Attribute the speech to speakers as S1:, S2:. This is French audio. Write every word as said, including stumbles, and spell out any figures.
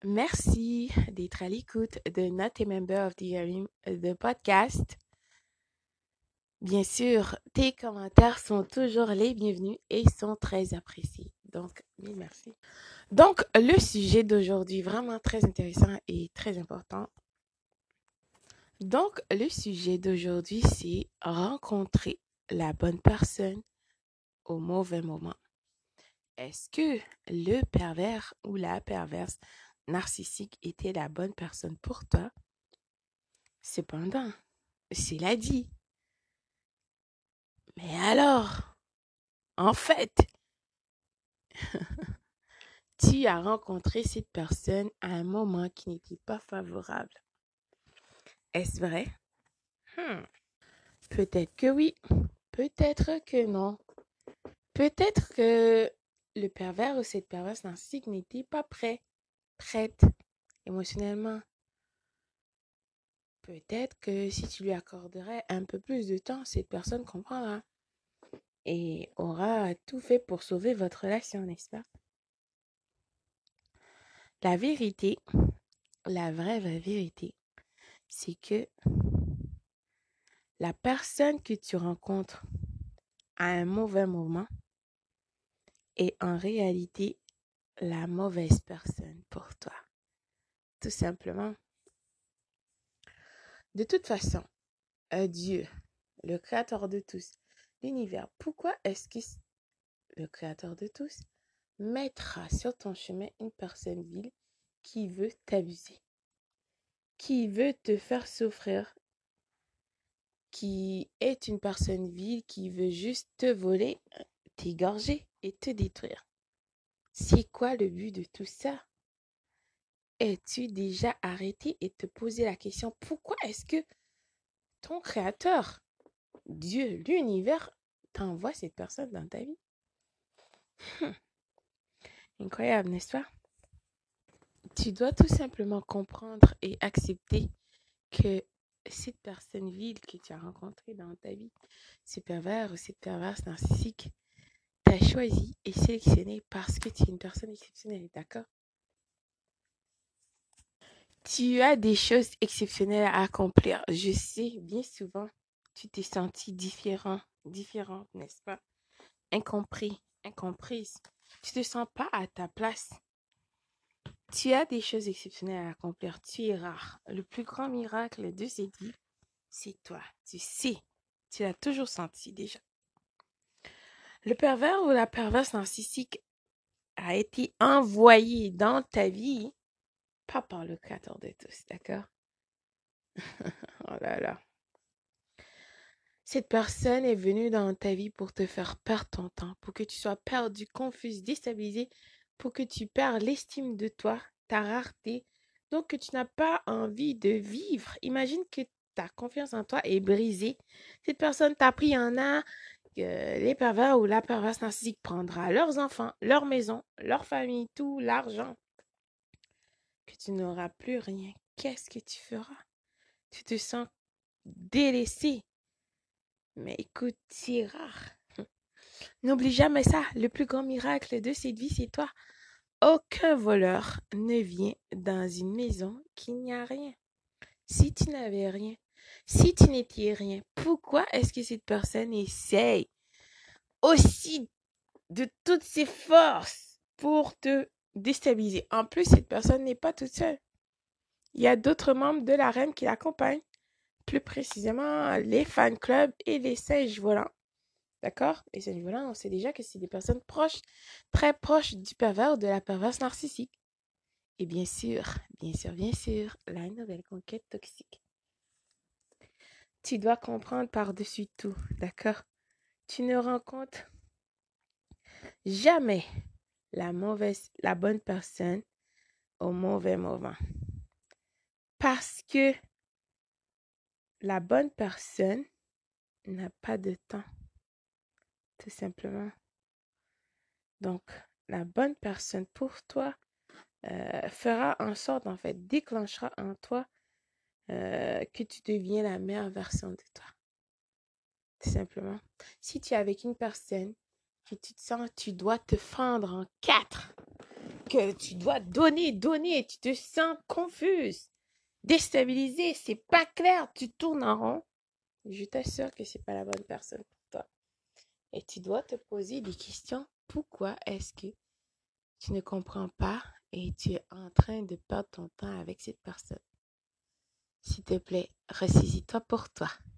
S1: Merci d'être à l'écoute de Not a Member of the Hearing, de podcast. Bien sûr, tes commentaires sont toujours les bienvenus et sont très appréciés. Donc, mille merci. Donc, le sujet d'aujourd'hui, vraiment très intéressant et très important. Donc, le sujet d'aujourd'hui, c'est rencontrer la bonne personne au mauvais moment. Est-ce que le pervers ou la perverse narcissique était la bonne personne pour toi? Cependant, cela dit, mais alors, en fait, tu as rencontré cette personne à un moment qui n'était pas favorable. Est-ce vrai? Hmm. Peut-être que oui, peut-être que non. Peut-être que le pervers ou cette perverse narcissique n'était pas prêt, prête émotionnellement. Peut-être que si tu lui accorderais un peu plus de temps, cette personne comprendra et aura tout fait pour sauver votre relation, n'est-ce pas? La vérité, la vraie, vraie vérité, c'est que la personne que tu rencontres à un mauvais moment est en réalité la mauvaise personne pour toi. Tout simplement. De toute façon, euh, Dieu, le créateur de tous, l'univers, pourquoi est-ce que le créateur de tous mettra sur ton chemin une personne vile qui veut t'abuser, qui veut te faire souffrir, qui est une personne vile qui veut juste te voler, t'égorger et te détruire? C'est quoi le but de tout ça? Es-tu déjà arrêté et te poser la question, pourquoi est-ce que ton créateur, Dieu, l'univers, t'envoie cette personne dans ta vie? Hum, Incroyable, n'est-ce pas? Tu dois tout simplement comprendre et accepter que cette personne vile que tu as rencontrée dans ta vie, ce pervers ou cette perverse narcissique, t'a choisi et sélectionné parce que tu es une personne exceptionnelle, d'accord? Tu as des choses exceptionnelles à accomplir. Je sais, bien souvent, tu t'es senti différent, différente, n'est-ce pas? Incompris, incomprise. Tu te sens pas à ta place. Tu as des choses exceptionnelles à accomplir. Tu es rare. Le plus grand miracle de cette vie, c'est toi. Tu sais. Tu l'as toujours senti déjà. Le pervers ou la perverse narcissique a été envoyé dans ta vie, pas par le créateur de tous, d'accord? Oh là là. Cette personne est venue dans ta vie pour te faire perdre ton temps, pour que tu sois perdu, confus, déstabilisé, pour que tu perds l'estime de toi, ta rareté, donc que tu n'as pas envie de vivre. Imagine que ta confiance en toi est brisée. Cette personne t'a pris en a, que les pervers ou la perverse narcissique prendra leurs enfants, leur maison, leur famille, tout l'argent, que tu n'auras plus rien. Qu'est-ce que tu feras? Tu te sens délaissé. Mais écoute, c'est rare. N'oublie jamais ça. Le plus grand miracle de cette vie, c'est toi. Aucun voleur ne vient dans une maison qui n'y a rien. Si tu n'avais rien, si tu n'étais rien, pourquoi est-ce que cette personne essaye aussi de toutes ses forces pour te déstabiliser? En plus, cette personne n'est pas toute seule. Il y a d'autres membres de la reine qui l'accompagnent, plus précisément les fan clubs et les singes volants. D'accord? Et ces niveaux-là, on sait déjà que c'est des personnes proches, très proches du pervers ou de la perverse narcissique. Et bien sûr, bien sûr, bien sûr, la nouvelle conquête toxique. Tu dois comprendre par-dessus tout, d'accord? Tu ne rencontres jamais la mauvaise, la bonne personne au mauvais moment. Parce que la bonne personne n'a pas de temps, tout simplement. Donc, la bonne personne pour toi euh, fera en sorte, en fait, déclenchera en toi euh, que tu deviens la meilleure version de toi. Tout simplement. Si tu es avec une personne que tu te sens, tu dois te fendre en quatre. que tu dois donner, donner, et tu te sens confuse, déstabilisée, c'est pas clair, tu tournes en rond, je t'assure que c'est pas la bonne personne pour toi. Et tu dois te poser des questions. Pourquoi est-ce que tu ne comprends pas et tu es en train de perdre ton temps avec cette personne? S'il te plaît, ressaisis-toi pour toi.